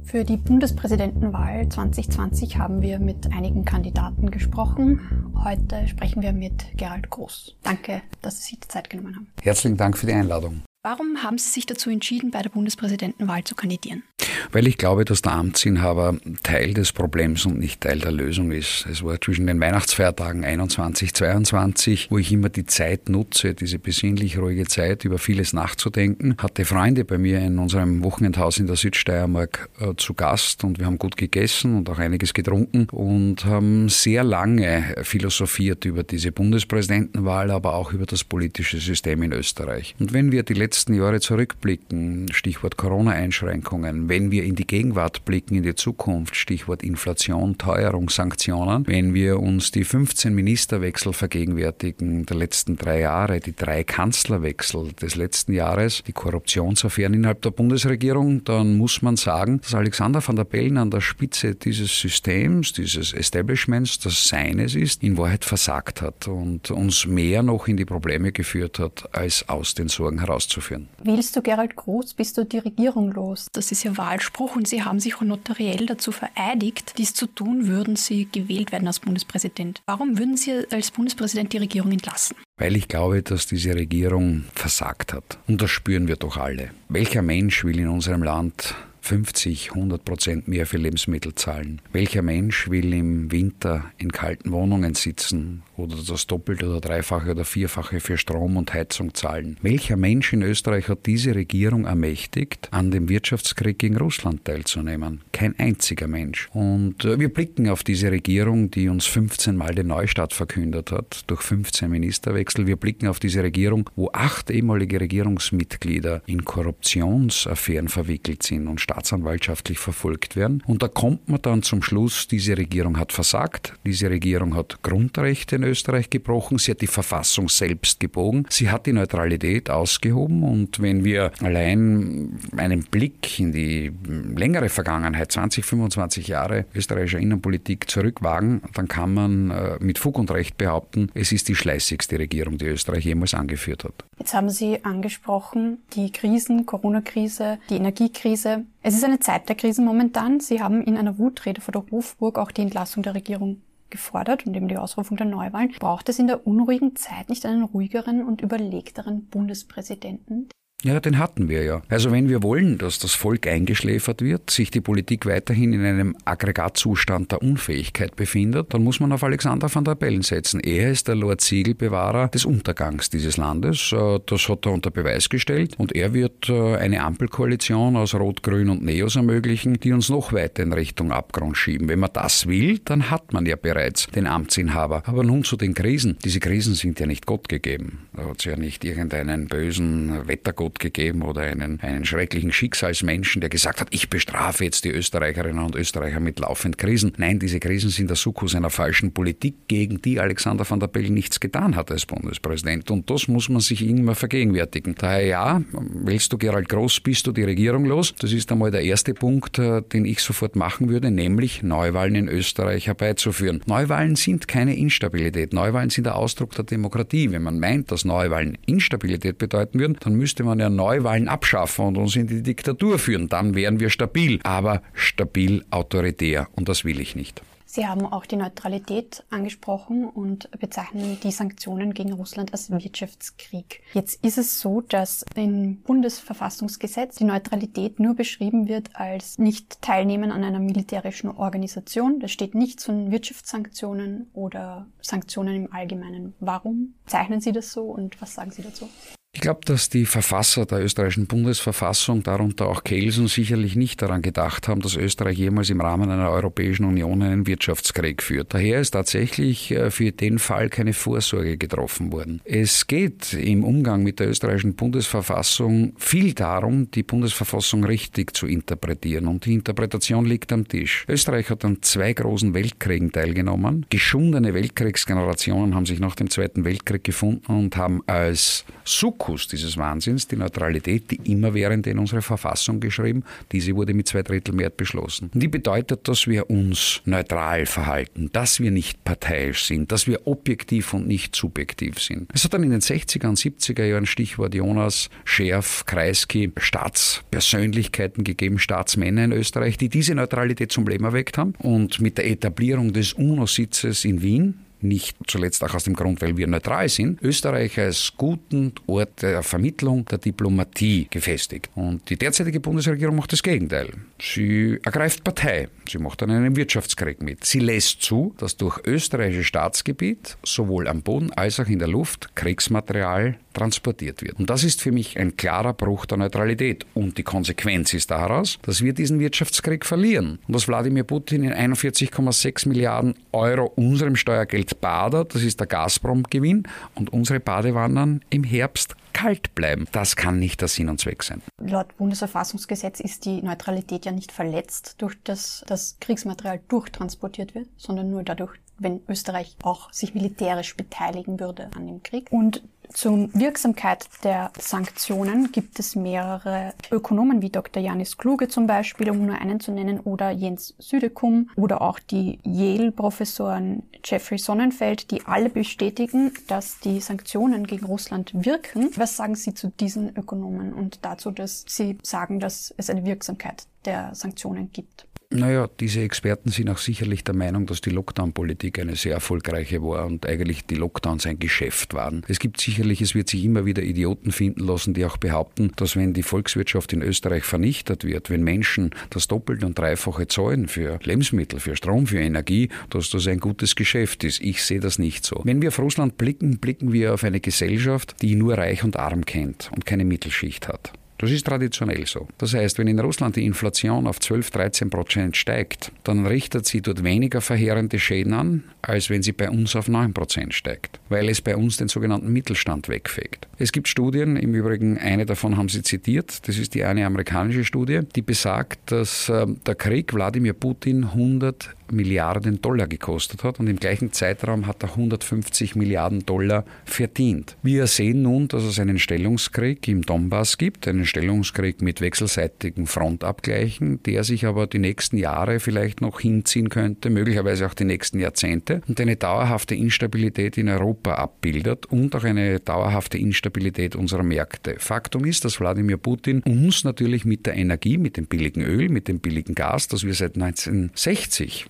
Für die Bundespräsidentenwahl 2020 haben wir mit einigen Kandidaten gesprochen. Heute sprechen wir mit Gerald Groß. Danke, dass Sie sich die Zeit genommen haben. Herzlichen Dank für die Einladung. Warum haben Sie sich dazu entschieden, bei der Bundespräsidentenwahl zu kandidieren? Weil ich glaube, dass der Amtsinhaber Teil des Problems und nicht Teil der Lösung ist. Es war zwischen den Weihnachtsfeiertagen 21, 22, wo ich immer die Zeit nutze, diese besinnlich ruhige Zeit, über vieles nachzudenken. Hatte Freunde bei mir in unserem Wochenendhaus in der Südsteiermark zu Gast und wir haben gut gegessen und auch einiges getrunken und haben sehr lange philosophiert über diese Bundespräsidentenwahl, aber auch über das politische System in Österreich. Und wenn wir die letzten Jahre zurückblicken, Stichwort Corona-Einschränkungen, wenn wir in die Gegenwart blicken, in die Zukunft, Stichwort Inflation, Teuerung, Sanktionen, wenn wir uns die 15 Ministerwechsel vergegenwärtigen der letzten 3 Jahre, die 3 Kanzlerwechsel des letzten Jahres, die Korruptionsaffären innerhalb der Bundesregierung, dann muss man sagen, dass Alexander Van der Bellen an der Spitze dieses Systems, dieses Establishments, das seines ist, in Wahrheit versagt hat und uns mehr noch in die Probleme geführt hat, als aus den Sorgen herauszuführen. Wählst du Gerald Groß, bist du die Regierung los? Das ist ja Wahlspruch und Sie haben sich auch notariell dazu vereidigt, dies zu tun, würden Sie gewählt werden als Bundespräsident. Warum würden Sie als Bundespräsident die Regierung entlassen? Weil ich glaube, dass diese Regierung versagt hat. Und das spüren wir doch alle. Welcher Mensch will in unserem Land 50, 100% mehr für Lebensmittel zahlen? Welcher Mensch will im Winter in kalten Wohnungen sitzen oder das Doppelte oder Dreifache oder Vierfache für Strom und Heizung zahlen? Welcher Mensch in Österreich hat diese Regierung ermächtigt, an dem Wirtschaftskrieg gegen Russland teilzunehmen? Kein einziger Mensch. Und wir blicken auf diese Regierung, die uns 15 Mal den Neustart verkündet hat, durch 15 Ministerwechsel. Wir blicken auf diese Regierung, wo 8 ehemalige Regierungsmitglieder in Korruptionsaffären verwickelt sind und staatsanwaltschaftlich verfolgt werden. Und da kommt man dann zum Schluss, diese Regierung hat versagt, diese Regierung hat Grundrechte in Österreich gebrochen, sie hat die Verfassung selbst gebogen, sie hat die Neutralität ausgehoben und wenn wir allein einen Blick in die längere Vergangenheit, 20, 25 Jahre österreichischer Innenpolitik zurückwagen, dann kann man mit Fug und Recht behaupten, es ist die schleißigste Regierung, die Österreich jemals angeführt hat. Jetzt haben Sie angesprochen, die Krisen, Corona-Krise, die Energiekrise. Es ist eine Zeit der Krisen momentan. Sie haben in einer Wutrede vor der Hofburg auch die Entlassung der Regierung gefordert und eben die Ausrufung der Neuwahlen. Braucht es in der unruhigen Zeit nicht einen ruhigeren und überlegteren Bundespräsidenten? Ja, den hatten wir ja. Also wenn wir wollen, dass das Volk eingeschläfert wird, sich die Politik weiterhin in einem Aggregatzustand der Unfähigkeit befindet, dann muss man auf Alexander Van der Bellen setzen. Er ist der Lord Siegelbewahrer des Untergangs dieses Landes. Das hat er unter Beweis gestellt und er wird eine Ampelkoalition aus Rot, Grün und Neos ermöglichen, die uns noch weiter in Richtung Abgrund schieben. Wenn man das will, dann hat man ja bereits den Amtsinhaber. Aber nun zu den Krisen. Diese Krisen sind ja nicht Gott gegeben. Da hat es ja nicht irgendeinen bösen Wettergott gegeben oder einen schrecklichen Schicksalsmenschen, der gesagt hat, ich bestrafe jetzt die Österreicherinnen und Österreicher mit laufend Krisen. Nein, diese Krisen sind der Sukkus einer falschen Politik, gegen die Alexander Van der Bellen nichts getan hat als Bundespräsident. Und das muss man sich immer vergegenwärtigen. Daher ja, wählst du Gerald Groß, bist du die Regierung los. Das ist einmal der erste Punkt, den ich sofort machen würde, nämlich Neuwahlen in Österreich herbeizuführen. Neuwahlen sind keine Instabilität. Neuwahlen sind der Ausdruck der Demokratie. Wenn man meint, dass Neuwahlen Instabilität bedeuten würden, dann müsste man ja Neuwahlen abschaffen und uns in die Diktatur führen. Dann wären wir stabil, aber stabil autoritär und das will ich nicht. Sie haben auch die Neutralität angesprochen und bezeichnen die Sanktionen gegen Russland als Wirtschaftskrieg. Jetzt ist es so, dass im Bundesverfassungsgesetz die Neutralität nur beschrieben wird als nicht Teilnehmen an einer militärischen Organisation. Da steht nichts von Wirtschaftssanktionen oder Sanktionen im Allgemeinen. Warum zeichnen Sie das so und was sagen Sie dazu? Ich glaube, dass die Verfasser der österreichischen Bundesverfassung, darunter auch Kelsen, sicherlich nicht daran gedacht haben, dass Österreich jemals im Rahmen einer Europäischen Union einen Wirtschaftskrieg führt. Daher ist tatsächlich für den Fall keine Vorsorge getroffen worden. Es geht im Umgang mit der österreichischen Bundesverfassung viel darum, die Bundesverfassung richtig zu interpretieren. Und die Interpretation liegt am Tisch. Österreich hat an 2 großen Weltkriegen teilgenommen. Geschundene Weltkriegsgenerationen haben sich nach dem Zweiten Weltkrieg gefunden und haben als Sukkus Fokus dieses Wahnsinns, die Neutralität, die immerwährende in unsere Verfassung geschrieben. Diese wurde mit 2/3 Mehrheit beschlossen. Und die bedeutet, dass wir uns neutral verhalten, dass wir nicht parteiisch sind, dass wir objektiv und nicht subjektiv sind. Es hat dann in den 60er und 70er Jahren, Stichwort Jonas, Scherf, Kreisky, Staatspersönlichkeiten gegeben, Staatsmänner in Österreich, die diese Neutralität zum Leben erweckt haben. Und mit der Etablierung des UNO-Sitzes in Wien, nicht zuletzt auch aus dem Grund, weil wir neutral sind, Österreich als guten Ort der Vermittlung, der Diplomatie gefestigt. Und die derzeitige Bundesregierung macht das Gegenteil. Sie ergreift Partei. Sie macht dann einen Wirtschaftskrieg mit. Sie lässt zu, dass durch österreichisches Staatsgebiet sowohl am Boden als auch in der Luft Kriegsmaterial transportiert wird. Und das ist für mich ein klarer Bruch der Neutralität. Und die Konsequenz ist daraus, dass wir diesen Wirtschaftskrieg verlieren. Und dass Wladimir Putin in 41,6 Milliarden Euro unserem Steuergeld badet, das ist der Gazprom-Gewinn, und unsere Badewannen im Herbst kalt bleiben. Das kann nicht der Sinn und Zweck sein. Laut Bundesverfassungsgesetz ist die Neutralität ja nicht verletzt, durch das Kriegsmaterial durchtransportiert wird, sondern nur dadurch, wenn Österreich auch sich militärisch beteiligen würde an dem Krieg. Und zur Wirksamkeit der Sanktionen gibt es mehrere Ökonomen wie Dr. Janis Kluge zum Beispiel, um nur einen zu nennen, oder Jens Südekum oder auch die Yale-Professoren Jeffrey Sonnenfeld, die alle bestätigen, dass die Sanktionen gegen Russland wirken. Was sagen Sie zu diesen Ökonomen und dazu, dass Sie sagen, dass es eine Wirksamkeit der Sanktionen gibt? Naja, diese Experten sind auch sicherlich der Meinung, dass die Lockdown-Politik eine sehr erfolgreiche war und eigentlich die Lockdowns ein Geschäft waren. Es wird sich immer wieder Idioten finden lassen, die auch behaupten, dass wenn die Volkswirtschaft in Österreich vernichtet wird, wenn Menschen das Doppelte und Dreifache zahlen für Lebensmittel, für Strom, für Energie, dass das ein gutes Geschäft ist. Ich sehe das nicht so. Wenn wir auf Russland blicken, blicken wir auf eine Gesellschaft, die nur Reich und Arm kennt und keine Mittelschicht hat. Das ist traditionell so. Das heißt, wenn in Russland die Inflation auf 12-13% steigt, dann richtet sie dort weniger verheerende Schäden an, als wenn sie bei uns auf 9% steigt, weil es bei uns den sogenannten Mittelstand wegfegt. Es gibt Studien, im Übrigen eine davon haben Sie zitiert, das ist die eine amerikanische Studie, die besagt, dass der Krieg Wladimir Putin 100 Milliarden Dollar gekostet hat und im gleichen Zeitraum hat er 150 Milliarden Dollar verdient. Wir sehen nun, dass es einen Stellungskrieg im Donbass gibt, einen Stellungskrieg mit wechselseitigen Frontabgleichen, der sich aber die nächsten Jahre vielleicht noch hinziehen könnte, möglicherweise auch die nächsten Jahrzehnte, und eine dauerhafte Instabilität in Europa abbildet und auch eine dauerhafte Instabilität unserer Märkte. Faktum ist, dass Wladimir Putin uns natürlich mit der Energie, mit dem billigen Öl, mit dem billigen Gas, das wir seit 1960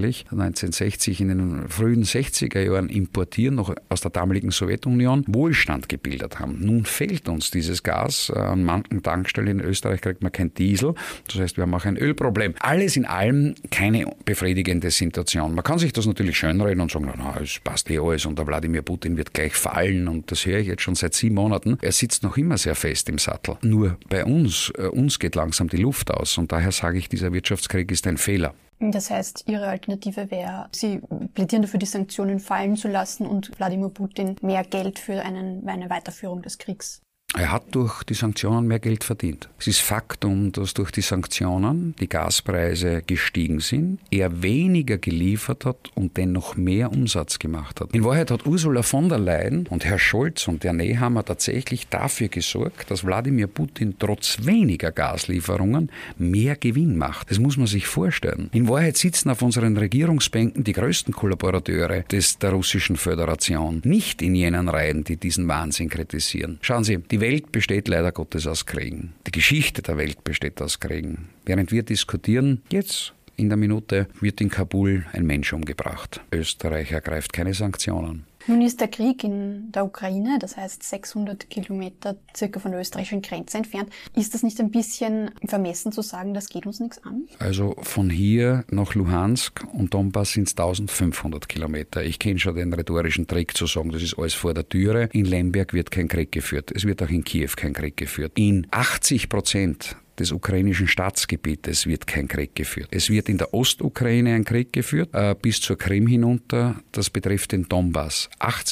in den frühen 60er Jahren importieren, noch aus der damaligen Sowjetunion, Wohlstand gebildet haben. Nun fehlt uns dieses Gas. An manchen Tankstellen in Österreich kriegt man kein Diesel. Das heißt, wir haben auch ein Ölproblem. Alles in allem keine befriedigende Situation. Man kann sich das natürlich schönreden und sagen, na, es passt eh alles und der Wladimir Putin wird gleich fallen und das höre ich jetzt schon seit 7 Monaten. Er sitzt noch immer sehr fest im Sattel. Nur bei uns geht langsam die Luft aus und daher sage ich, dieser Wirtschaftskrieg ist ein Fehler. Das heißt, Ihre Alternative wäre, Sie plädieren dafür, die Sanktionen fallen zu lassen und Wladimir Putin mehr Geld für eine Weiterführung des Kriegs. Er hat durch die Sanktionen mehr Geld verdient. Es ist Faktum, dass durch die Sanktionen die Gaspreise gestiegen sind, er weniger geliefert hat und dennoch mehr Umsatz gemacht hat. In Wahrheit hat Ursula von der Leyen und Herr Scholz und der Nehammer tatsächlich dafür gesorgt, dass Wladimir Putin trotz weniger Gaslieferungen mehr Gewinn macht. Das muss man sich vorstellen. In Wahrheit sitzen auf unseren Regierungsbänken die größten Kollaborateure der Russischen Föderation, nicht in jenen Reihen, die diesen Wahnsinn kritisieren. Schauen Sie, die Welt besteht leider Gottes aus Kriegen. Die Geschichte der Welt besteht aus Kriegen. Während wir diskutieren, jetzt in der Minute wird in Kabul ein Mensch umgebracht. Österreich ergreift keine Sanktionen. Nun ist der Krieg in der Ukraine, das heißt 600 Kilometer circa von der österreichischen Grenze entfernt. Ist das nicht ein bisschen vermessen zu sagen, das geht uns nichts an? Also von hier nach Luhansk und Donbass sind es 1500 Kilometer. Ich kenne schon den rhetorischen Trick zu sagen, das ist alles vor der Türe. In Lemberg wird kein Krieg geführt. Es wird auch in Kiew kein Krieg geführt. In 80% des ukrainischen Staatsgebietes wird kein Krieg geführt. Es wird in der Ostukraine ein Krieg geführt, bis zur Krim hinunter. Das betrifft den Donbass.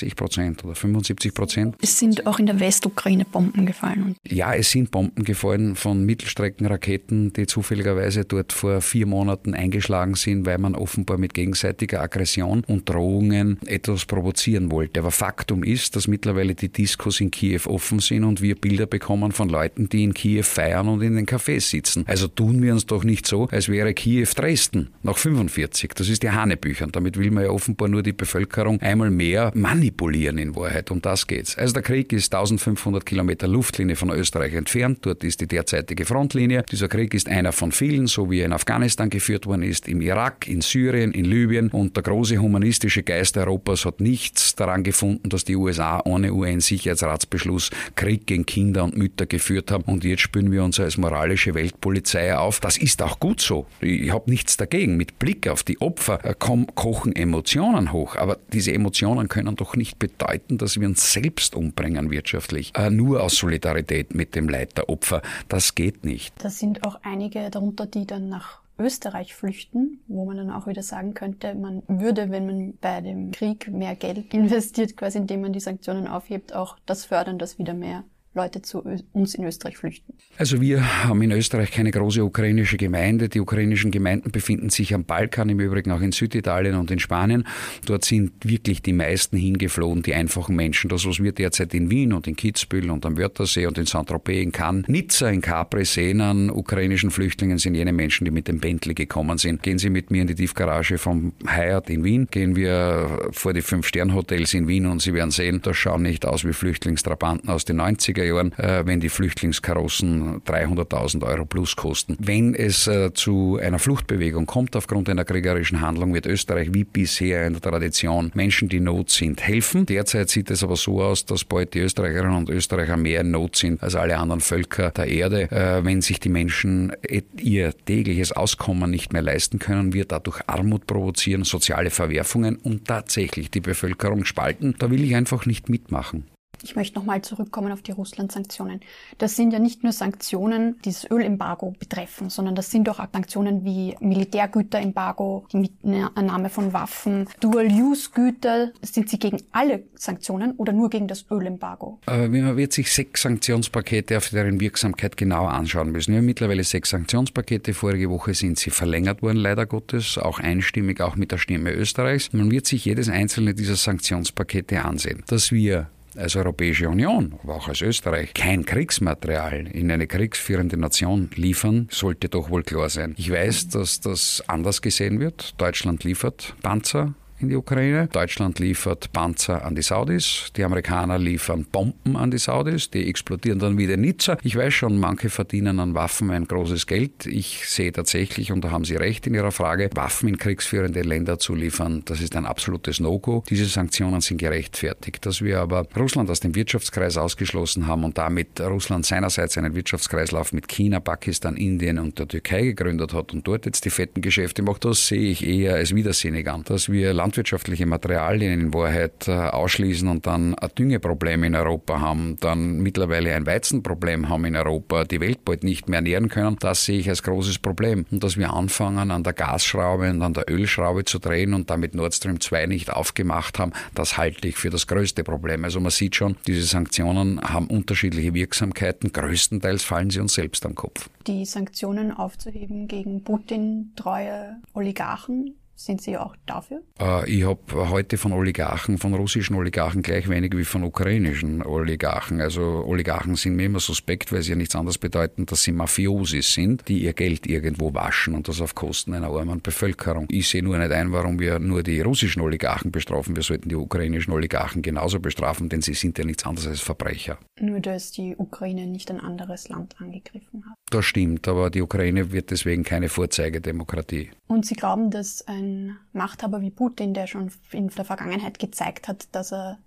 80% oder 75%. Es sind auch in der Westukraine Bomben gefallen. Ja, es sind Bomben gefallen von Mittelstreckenraketen, die zufälligerweise dort vor 4 Monaten eingeschlagen sind, weil man offenbar mit gegenseitiger Aggression und Drohungen etwas provozieren wollte. Aber Faktum ist, dass mittlerweile die Diskos in Kiew offen sind und wir Bilder bekommen von Leuten, die in Kiew feiern und in den Cafés sitzen. Also tun wir uns doch nicht so, als wäre Kiew Dresden nach 45. Das ist die Hanebüchern. Damit will man ja offenbar nur die Bevölkerung einmal mehr manipulieren in Wahrheit. Um das geht's. Also der Krieg ist 1500 Kilometer Luftlinie von Österreich entfernt. Dort ist die derzeitige Frontlinie. Dieser Krieg ist einer von vielen, so wie er in Afghanistan geführt worden ist, im Irak, in Syrien, in Libyen. Und der große humanistische Geist Europas hat nichts daran gefunden, dass die USA ohne UN-Sicherheitsratsbeschluss Krieg gegen Kinder und Mütter geführt haben. Und jetzt spüren wir uns als moralische Weltpolizei auf. Das ist auch gut so. Ich habe nichts dagegen. Mit Blick auf die Opfer kochen Emotionen hoch. Aber diese Emotionen können doch nicht bedeuten, dass wir uns selbst umbringen wirtschaftlich. Nur aus Solidarität mit dem Leid der Opfer. Das geht nicht. Da sind auch einige darunter, die dann nach Österreich flüchten, wo man dann auch wieder sagen könnte, man würde, wenn man bei dem Krieg mehr Geld investiert, quasi indem man die Sanktionen aufhebt, auch das fördern, dass wieder mehr Leute zu uns in Österreich flüchten. Also wir haben in Österreich keine große ukrainische Gemeinde. Die ukrainischen Gemeinden befinden sich am Balkan, im Übrigen auch in Süditalien und in Spanien. Dort sind wirklich die meisten hingeflohen, die einfachen Menschen. Das, was wir derzeit in Wien und in Kitzbühel und am Wörthersee und in Saint-Tropez, in Cannes, Nizza, in Capri sehen an ukrainischen Flüchtlingen, sind jene Menschen, die mit dem Bentley gekommen sind. Gehen Sie mit mir in die Tiefgarage vom Hyatt in Wien, gehen wir vor die 5-Sterne-Hotels in Wien und Sie werden sehen, das schauen nicht aus wie Flüchtlingstrabanten aus den 90er Jahren, wenn die Flüchtlingskarossen 300.000 Euro plus kosten. Wenn es zu einer Fluchtbewegung kommt aufgrund einer kriegerischen Handlung, wird Österreich wie bisher in der Tradition Menschen, die in Not sind, helfen. Derzeit sieht es aber so aus, dass bald die Österreicherinnen und Österreicher mehr in Not sind als alle anderen Völker der Erde. Wenn sich die Menschen ihr tägliches Auskommen nicht mehr leisten können, wird dadurch Armut provozieren, soziale Verwerfungen und tatsächlich die Bevölkerung spalten. Da will ich einfach nicht mitmachen. Ich möchte nochmal zurückkommen auf die Russland-Sanktionen. Das sind ja nicht nur Sanktionen, die das Ölembargo betreffen, sondern das sind auch Sanktionen wie Militärgüterembargo, die Mitnahme von Waffen, Dual-Use-Güter. Sind sie gegen alle Sanktionen oder nur gegen das Ölembargo? Man wird sich 6 Sanktionspakete auf deren Wirksamkeit genau anschauen müssen. Wir haben mittlerweile 6 Sanktionspakete. Vorige Woche sind sie verlängert worden, leider Gottes, auch einstimmig, auch mit der Stimme Österreichs. Man wird sich jedes einzelne dieser Sanktionspakete ansehen. Dass wir als Europäische Union, aber auch als Österreich, kein Kriegsmaterial in eine kriegsführende Nation liefern, sollte doch wohl klar sein. Ich weiß, dass das anders gesehen wird. Deutschland liefert Panzer in die Ukraine. Deutschland liefert Panzer an die Saudis. Die Amerikaner liefern Bomben an die Saudis. Die explodieren dann wieder in Nizza. Ich weiß schon, manche verdienen an Waffen ein großes Geld. Ich sehe tatsächlich, und da haben Sie recht in Ihrer Frage, Waffen in kriegsführende Länder zu liefern, das ist ein absolutes No-Go. Diese Sanktionen sind gerechtfertigt. Dass wir aber Russland aus dem Wirtschaftskreis ausgeschlossen haben und damit Russland seinerseits einen Wirtschaftskreislauf mit China, Pakistan, Indien und der Türkei gegründet hat und dort jetzt die fetten Geschäfte macht, das sehe ich eher als widersinnig an. Dass wir landwirtschaftliche Materialien in Wahrheit ausschließen und dann ein Düngeproblem in Europa haben, dann mittlerweile ein Weizenproblem haben in Europa, die Welt bald nicht mehr ernähren können, das sehe ich als großes Problem. Und dass wir anfangen, an der Gasschraube und an der Ölschraube zu drehen und damit Nord Stream 2 nicht aufgemacht haben, das halte ich für das größte Problem. Also man sieht schon, diese Sanktionen haben unterschiedliche Wirksamkeiten, größtenteils fallen sie uns selbst am Kopf. Die Sanktionen aufzuheben gegen Putin-treue Oligarchen, sind Sie auch dafür? Ich habe heute von Oligarchen, von russischen Oligarchen gleich wenig wie von ukrainischen Oligarchen. Also Oligarchen sind mir immer suspekt, weil sie ja nichts anderes bedeuten, dass sie Mafiosis sind, die ihr Geld irgendwo waschen und das auf Kosten einer armen Bevölkerung. Ich sehe nur nicht ein, warum wir nur die russischen Oligarchen bestrafen. Wir sollten die ukrainischen Oligarchen genauso bestrafen, denn sie sind ja nichts anderes als Verbrecher. Nur, dass die Ukraine nicht ein anderes Land angegriffen hat. Das stimmt, aber die Ukraine wird deswegen keine Vorzeigedemokratie. Und Sie glauben, dass ein Machthaber wie Putin, der schon in der Vergangenheit gezeigt hat, dass er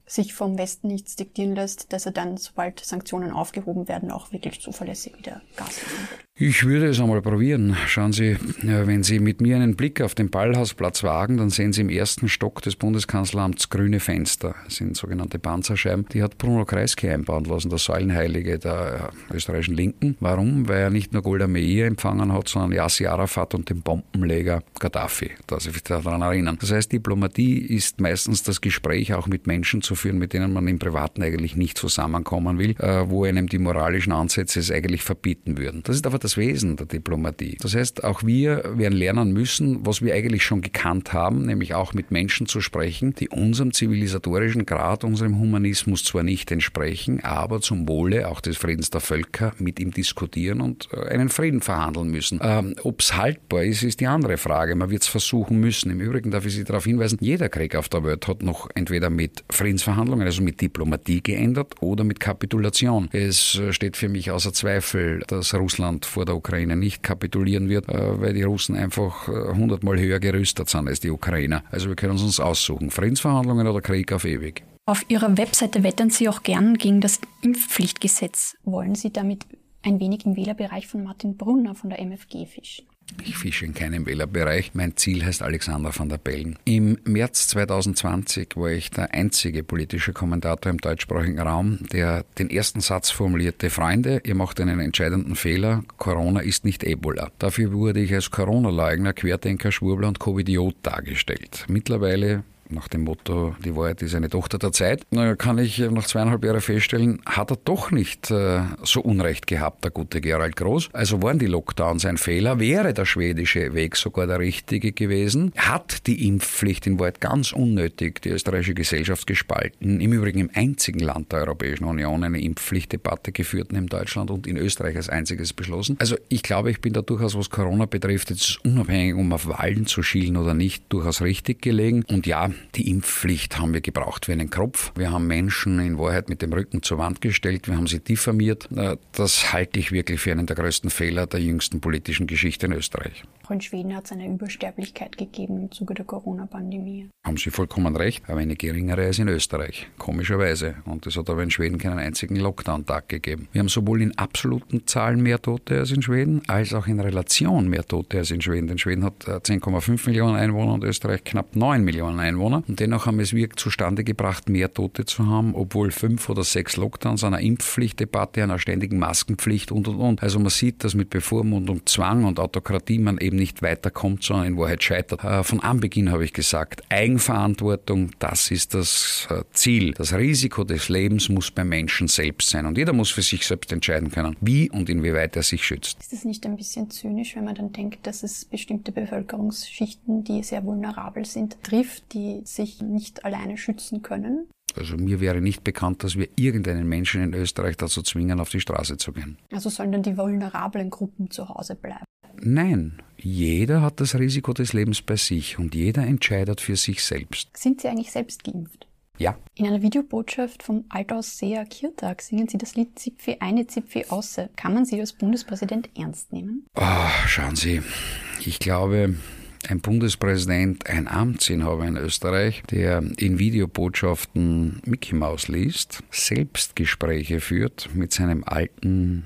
sich vom Westen nichts diktieren lässt, dass er dann, sobald Sanktionen aufgehoben werden, auch wirklich zuverlässig wieder Gas liefern wird. Ich würde es einmal probieren. Schauen Sie, wenn Sie mit mir einen Blick auf den Ballhausplatz wagen, dann sehen Sie im ersten Stock des Bundeskanzleramts grüne Fenster. Das sind sogenannte Panzerscheiben. Die hat Bruno Kreisky einbauen lassen, der Säulenheilige der österreichischen Linken. Warum? Weil er nicht nur Golda Meir empfangen hat, sondern Yasser Arafat und den Bombenleger Gaddafi. Da Sie sich daran erinnern. Das heißt, Diplomatie ist meistens das Gespräch auch mit Menschen zu führen, mit denen man im Privaten eigentlich nicht zusammenkommen will, wo einem die moralischen Ansätze es eigentlich verbieten würden. Das ist aber das Wesen der Diplomatie. Das heißt, auch wir werden lernen müssen, was wir eigentlich schon gekannt haben, nämlich auch mit Menschen zu sprechen, die unserem zivilisatorischen Grad, unserem Humanismus zwar nicht entsprechen, aber zum Wohle auch des Friedens der Völker mit ihm diskutieren und einen Frieden verhandeln müssen. Ob es haltbar ist, ist die andere Frage. Man wird es versuchen müssen. Im Übrigen darf ich Sie darauf hinweisen, jeder Krieg auf der Welt hat noch entweder mit Friedensverhandlungen, also mit Diplomatie geändert oder mit Kapitulation. Es steht für mich außer Zweifel, dass Russland vor der Ukraine nicht kapitulieren wird, weil die Russen einfach 100-mal höher gerüstet sind als die Ukrainer. Also wir können uns aussuchen, Friedensverhandlungen oder Krieg auf ewig. Auf Ihrer Webseite wettern Sie auch gern gegen das Impfpflichtgesetz. Wollen Sie damit ein wenig im Wählerbereich von Martin Brunner von der MFG fischen? Ich fische in keinem Wählerbereich. Mein Ziel heißt Alexander van der Bellen. Im März 2020 war ich der einzige politische Kommentator im deutschsprachigen Raum, der den ersten Satz formulierte: Freunde, ihr macht einen entscheidenden Fehler. Corona ist nicht Ebola. Dafür wurde ich als Corona-Leugner, Querdenker, Schwurbler und Covidiot dargestellt. Mittlerweile, nach dem Motto, die Wahrheit ist eine Tochter der Zeit, kann ich nach 2,5 Jahren feststellen, hat er doch nicht so Unrecht gehabt, der gute Gerald Groß. Also waren die Lockdowns ein Fehler, wäre der schwedische Weg sogar der richtige gewesen, hat die Impfpflicht in Wahrheit ganz unnötig die österreichische Gesellschaft gespalten. Im Übrigen im einzigen Land der Europäischen Union eine Impfpflichtdebatte geführt, neben Deutschland, und in Österreich als einziges beschlossen. Also ich glaube, ich bin da durchaus, was Corona betrifft, jetzt unabhängig, um auf Wahlen zu schielen oder nicht, durchaus richtig gelegen. Und ja, die Impfpflicht haben wir gebraucht wie einen Kropf. Wir haben Menschen in Wahrheit mit dem Rücken zur Wand gestellt, wir haben sie diffamiert. Das halte ich wirklich für einen der größten Fehler der jüngsten politischen Geschichte in Österreich. Auch in Schweden hat es eine Übersterblichkeit gegeben im Zuge der Corona-Pandemie. Haben Sie vollkommen recht, aber eine geringere als in Österreich, komischerweise. Und es hat aber in Schweden keinen einzigen Lockdown-Tag gegeben. Wir haben sowohl in absoluten Zahlen mehr Tote als in Schweden, als auch in Relation mehr Tote als in Schweden. Denn Schweden hat 10,5 Millionen Einwohner und Österreich knapp 9 Millionen Einwohner. Und dennoch haben es wirklich zustande gebracht, mehr Tote zu haben, obwohl 5 oder 6 Lockdowns, einer Impfpflichtdebatte, einer ständigen Maskenpflicht und. Also man sieht, dass mit Bevormundung, Zwang und Autokratie man eben nicht weiterkommt, sondern in Wahrheit scheitert. Von Anbeginn habe ich gesagt, Eigenverantwortung, das ist das Ziel. Das Risiko des Lebens muss beim Menschen selbst sein. Und jeder muss für sich selbst entscheiden können, wie und inwieweit er sich schützt. Ist es nicht ein bisschen zynisch, wenn man dann denkt, dass es bestimmte Bevölkerungsschichten, die sehr vulnerabel sind, trifft, die sich nicht alleine schützen können? Also mir wäre nicht bekannt, dass wir irgendeinen Menschen in Österreich dazu zwingen, auf die Straße zu gehen. Also sollen dann die vulnerablen Gruppen zu Hause bleiben? Nein, jeder hat das Risiko des Lebens bei sich und jeder entscheidet für sich selbst. Sind Sie eigentlich selbst geimpft? Ja. In einer Videobotschaft vom Altaussseher Kirtag singen Sie das Lied Zipfi eine, Zipfi ausse. Kann man Sie als Bundespräsident ernst nehmen? Schauen Sie, ich glaube, ein Bundespräsident, ein Amtsinhaber in Österreich, der in Videobotschaften Mickey Maus liest, Selbstgespräche führt mit seinem alten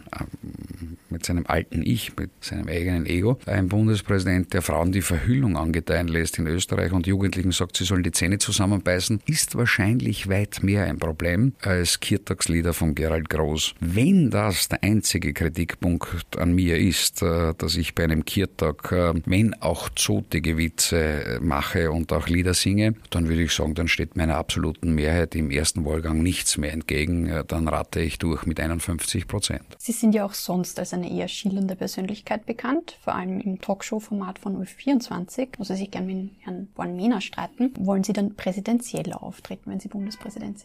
Ich, mit seinem eigenen Ego. Ein Bundespräsident, der Frauen die Verhüllung angedeihen lässt in Österreich und Jugendlichen sagt, sie sollen die Zähne zusammenbeißen, ist wahrscheinlich weit mehr ein Problem als Kirtagslieder von Gerald Groß. Wenn das der einzige Kritikpunkt an mir ist, dass ich bei einem Kirtag, wenn auch zotige Witze mache und auch Lieder singe, dann würde ich sagen, dann steht meiner absoluten Mehrheit im ersten Wahlgang nichts mehr entgegen. Dann rate ich durch mit 51%. Sie sind ja auch sonst als eine eher schillernde Persönlichkeit bekannt, vor allem im Talkshow-Format von Ö24, wo Sie sich gern mit Herrn Born-Mehner streiten. Wollen Sie dann präsidentieller auftreten, wenn Sie Bundespräsident sind?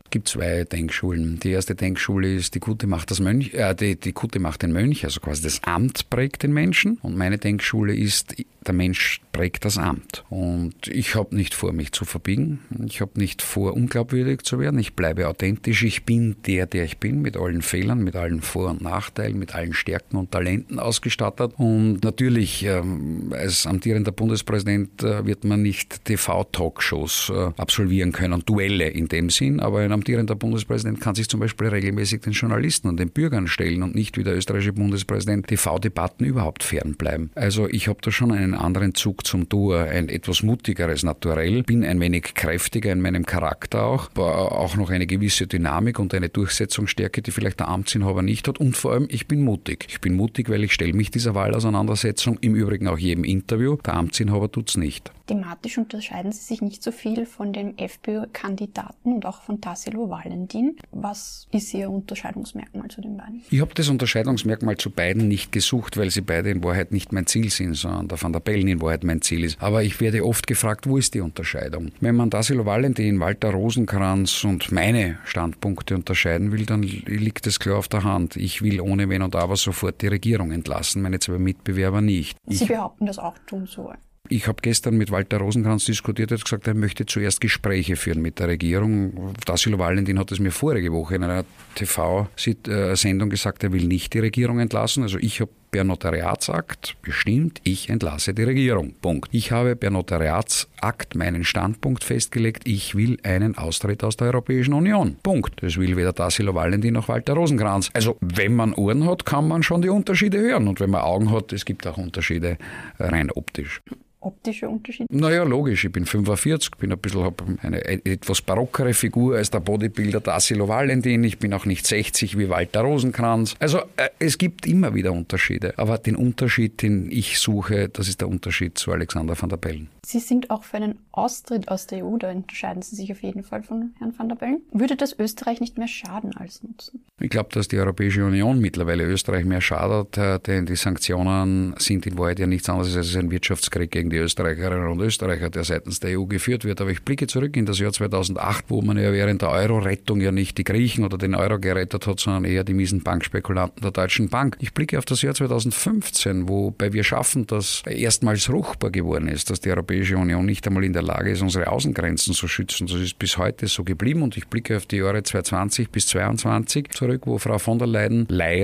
gibt 2 Denkschulen. Die erste Denkschule ist, die Kutte macht die Kutte macht den Mönch, also quasi das Amt prägt den Menschen. Und meine Denkschule ist, der Mensch prägt das Amt. Und ich habe nicht vor, mich zu verbiegen. Ich habe nicht vor, unglaubwürdig zu werden. Ich bleibe authentisch. Ich bin der ich bin, mit allen Fehlern, mit allen Vor- und Nachteilen, mit allen Stärken und Talenten ausgestattet. Und natürlich, als amtierender Bundespräsident wird man nicht TV-Talkshows absolvieren können, Duelle in dem Sinn, aber ein amtierender Bundespräsident kann sich zum Beispiel regelmäßig den Journalisten und den Bürgern stellen und nicht wie der österreichische Bundespräsident TV-Debatten überhaupt fernbleiben. Also ich habe da schon einen anderen Zug zum Tor, ein etwas mutigeres Naturell, bin ein wenig kräftiger in meinem Charakter auch noch eine gewisse Dynamik und eine Durchsetzungsstärke, die vielleicht der Amtsinhaber nicht hat, und vor allem ich bin mutig. Ich bin mutig, weil ich stelle mich dieser Wahlauseinandersetzung, im Übrigen auch jedem Interview. Der Amtsinhaber tut's nicht. Thematisch unterscheiden Sie sich nicht so viel von dem FPÖ-Kandidaten und auch von Tassilo Valentin. Was ist Ihr Unterscheidungsmerkmal zu den beiden? Ich habe das Unterscheidungsmerkmal zu beiden nicht gesucht, weil sie beide in Wahrheit nicht mein Ziel sind, sondern der Van der Bellen in Wahrheit mein Ziel ist. Aber ich werde oft gefragt, wo ist die Unterscheidung? Wenn man Tassilo Valentin, Walter Rosenkranz und meine Standpunkte unterscheiden will, dann liegt es klar auf der Hand. Ich will ohne Wenn und Aber sofort die Regierung entlassen, meine 2 Mitbewerber nicht. Sie behaupten das auch tun zu wollen. Ich habe gestern mit Walter Rosenkranz diskutiert, er hat gesagt, er möchte zuerst Gespräche führen mit der Regierung. Tassilo Valentin hat es mir vorige Woche in einer TV-Sendung gesagt, er will nicht die Regierung entlassen. Also ich habe per Notariatsakt bestimmt, ich entlasse die Regierung. Punkt. Ich habe per Notariatsakt meinen Standpunkt festgelegt, ich will einen Austritt aus der Europäischen Union. Punkt. Das will weder Tassilo Valentin noch Walter Rosenkranz. Also wenn man Ohren hat, kann man schon die Unterschiede hören. Und wenn man Augen hat, es gibt auch Unterschiede rein optisch. Optische Unterschiede? Naja, logisch. Ich bin 45, habe eine etwas barockere Figur als der Bodybuilder Tassilo Valentin. Ich bin auch nicht 60 wie Walter Rosenkranz. Also es gibt immer wieder Unterschiede. Aber den Unterschied, den ich suche, das ist der Unterschied zu Alexander Van der Bellen. Sie sind auch für einen Austritt aus der EU, da unterscheiden Sie sich auf jeden Fall von Herrn Van der Bellen. Würde das Österreich nicht mehr schaden als nutzen? Ich glaube, dass die Europäische Union mittlerweile Österreich mehr schadet, denn die Sanktionen sind in Wahrheit ja nichts anderes als ein Wirtschaftskrieg gegen die Österreicherinnen und Österreicher, der seitens der EU geführt wird. Aber ich blicke zurück in das Jahr 2008, wo man ja während der Euro-Rettung ja nicht die Griechen oder den Euro gerettet hat, sondern eher die miesen Bankspekulanten der Deutschen Bank. Ich blicke auf das Jahr 2015, wobei wir schaffen, dass erstmals ruchbar geworden ist, dass die Europäische Union nicht einmal in der Lage ist, unsere Außengrenzen zu schützen. Das ist bis heute so geblieben und ich blicke auf die Jahre 2020 bis 2022 zurück, wo Frau von der Leyen,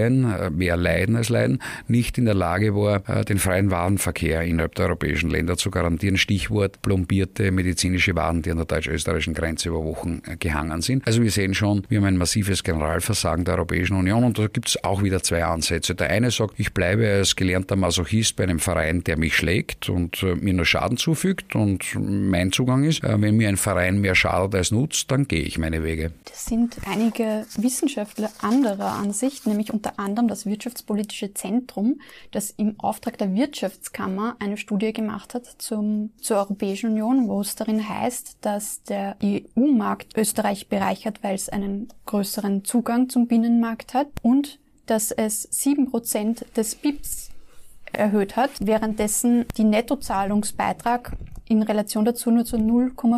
mehr Leiden als Leiden, nicht in der Lage war, den freien Warenverkehr innerhalb der europäischen Länder zu garantieren. Stichwort plombierte medizinische Waren, die an der deutsch-österreichischen Grenze über Wochen gehangen sind. Also wir sehen schon, wir haben ein massives Generalversagen der Europäischen Union und da gibt es auch wieder 2 Ansätze. Der eine sagt, ich bleibe als gelernter Masochist bei einem Verein, der mich schlägt und mir nur Schaden zufügt und mein Zugang ist, wenn mir ein Verein mehr schadet als nutzt, dann gehe ich meine Wege. Das sind einige Wissenschaftler anderer Ansicht, nämlich unter anderem das Wirtschaftspolitische Zentrum, das im Auftrag der Wirtschaftskammer eine Studie gemacht hat zur Europäischen Union, wo es darin heißt, dass der EU-Markt Österreich bereichert, weil es einen größeren Zugang zum Binnenmarkt hat und dass es 7% des BIPs erhöht hat, währenddessen die Nettozahlungsbeitrag in Relation dazu nur zu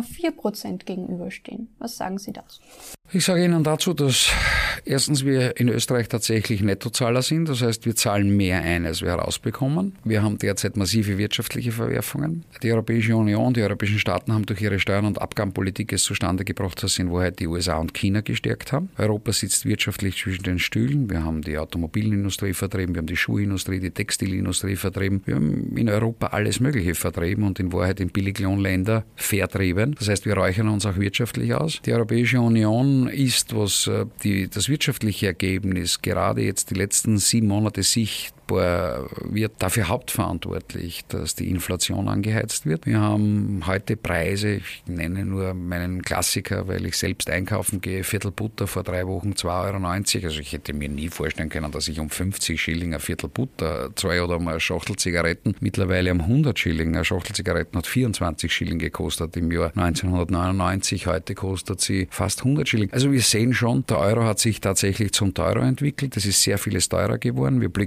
0,4% gegenüberstehen. Was sagen Sie dazu? Ich sage Ihnen dazu, dass erstens wir in Österreich tatsächlich Nettozahler sind. Das heißt, wir zahlen mehr ein, als wir herausbekommen. Wir haben derzeit massive wirtschaftliche Verwerfungen. Die Europäische Union, die europäischen Staaten haben durch ihre Steuern- und Abgabenpolitik es zustande gebracht, dass sie in Wahrheit die USA und China gestärkt haben. Europa sitzt wirtschaftlich zwischen den Stühlen. Wir haben die Automobilindustrie vertrieben, wir haben die Schuhindustrie, die Textilindustrie vertrieben. Wir haben in Europa alles Mögliche vertrieben und in Wahrheit in Billiglohnländer vertrieben. Das heißt, wir räuchern uns auch wirtschaftlich aus. Die Europäische Union ist, was das wirtschaftliche Ergebnis gerade jetzt die letzten 7 Monate sichtbar wird, dafür hauptverantwortlich, dass die Inflation angeheizt wird. Wir haben heute Preise, ich nenne nur meinen Klassiker, weil ich selbst einkaufen gehe, Viertel Butter vor 3 Wochen 2,90 €. Also ich hätte mir nie vorstellen können, dass ich um 50 Schilling ein Viertel Butter zahle oder um eine Schachtel Zigaretten. Mittlerweile um 100 Schilling. Eine Schachtel Zigaretten hat 24 Schilling gekostet im Jahr 1999. Heute kostet sie fast 100 Schilling. Also wir sehen schon, der Euro hat sich tatsächlich zum Teurer entwickelt. Es ist sehr vieles teurer geworden. Wir blicken nach Kroatien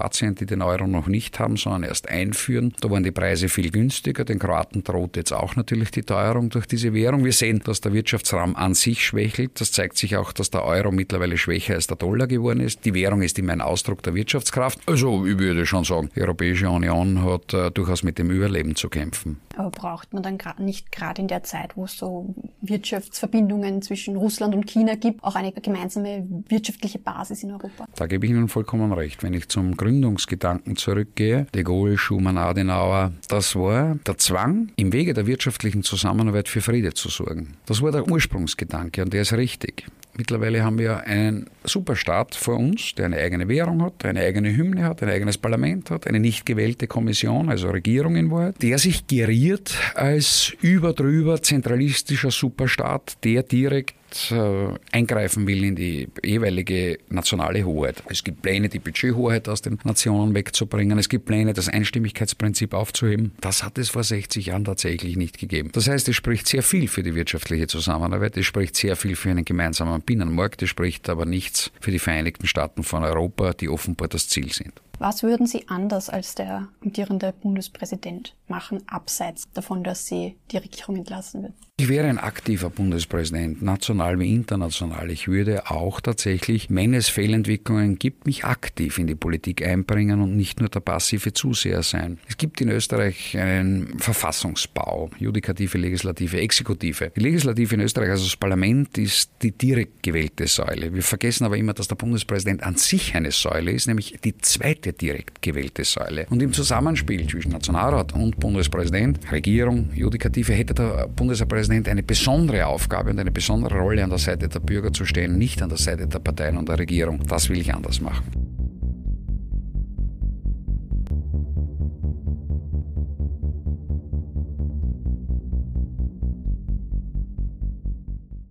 Kroatien, die den Euro noch nicht haben, sondern erst einführen. Da waren die Preise viel günstiger. Den Kroaten droht jetzt auch natürlich die Teuerung durch diese Währung. Wir sehen, dass der Wirtschaftsraum an sich schwächelt. Das zeigt sich auch, dass der Euro mittlerweile schwächer als der Dollar geworden ist. Die Währung ist immer ein Ausdruck der Wirtschaftskraft. Also ich würde schon sagen, die Europäische Union hat durchaus mit dem Überleben zu kämpfen. Aber braucht man dann nicht gerade in der Zeit, wo es so Wirtschaftsverbindungen zwischen Russland und China gibt, auch eine gemeinsame wirtschaftliche Basis in Europa? Da gebe ich Ihnen vollkommen recht. Wenn ich zum Gründungsgedanken zurückgehe, de Gaulle, Schuman, Adenauer, das war der Zwang, im Wege der wirtschaftlichen Zusammenarbeit für Friede zu sorgen. Das war der Ursprungsgedanke und der ist richtig. Mittlerweile haben wir einen Superstaat vor uns, der eine eigene Währung hat, eine eigene Hymne hat, ein eigenes Parlament hat, eine nicht gewählte Kommission, also Regierung in Wahrheit, der sich geriert als überdrüber zentralistischer Superstaat, der direkt eingreifen will in die jeweilige nationale Hoheit. Es gibt Pläne, die Budgethoheit aus den Nationen wegzubringen. Es gibt Pläne, das Einstimmigkeitsprinzip aufzuheben. Das hat es vor 60 Jahren tatsächlich nicht gegeben. Das heißt, es spricht sehr viel für die wirtschaftliche Zusammenarbeit. Es spricht sehr viel für einen gemeinsamen Binnenmarkt. Es spricht aber nichts für die Vereinigten Staaten von Europa, die offenbar das Ziel sind. Was würden Sie anders als der amtierende Bundespräsident machen, abseits davon, dass Sie die Regierung entlassen würden? Ich wäre ein aktiver Bundespräsident, national wie international. Ich würde auch tatsächlich, wenn es Fehlentwicklungen gibt, mich aktiv in die Politik einbringen und nicht nur der passive Zuseher sein. Es gibt in Österreich einen Verfassungsbau, Judikative, Legislative, Exekutive. Die Legislative in Österreich, also das Parlament, ist die direkt gewählte Säule. Wir vergessen aber immer, dass der Bundespräsident an sich eine Säule ist, nämlich die zweite direkt gewählte Säule. Und im Zusammenspiel zwischen Nationalrat und Bundespräsident, Regierung, Judikative, hätte der Bundespräsident eine besondere Aufgabe und eine besondere Rolle, an der Seite der Bürger zu stehen, nicht an der Seite der Parteien und der Regierung. Das will ich anders machen.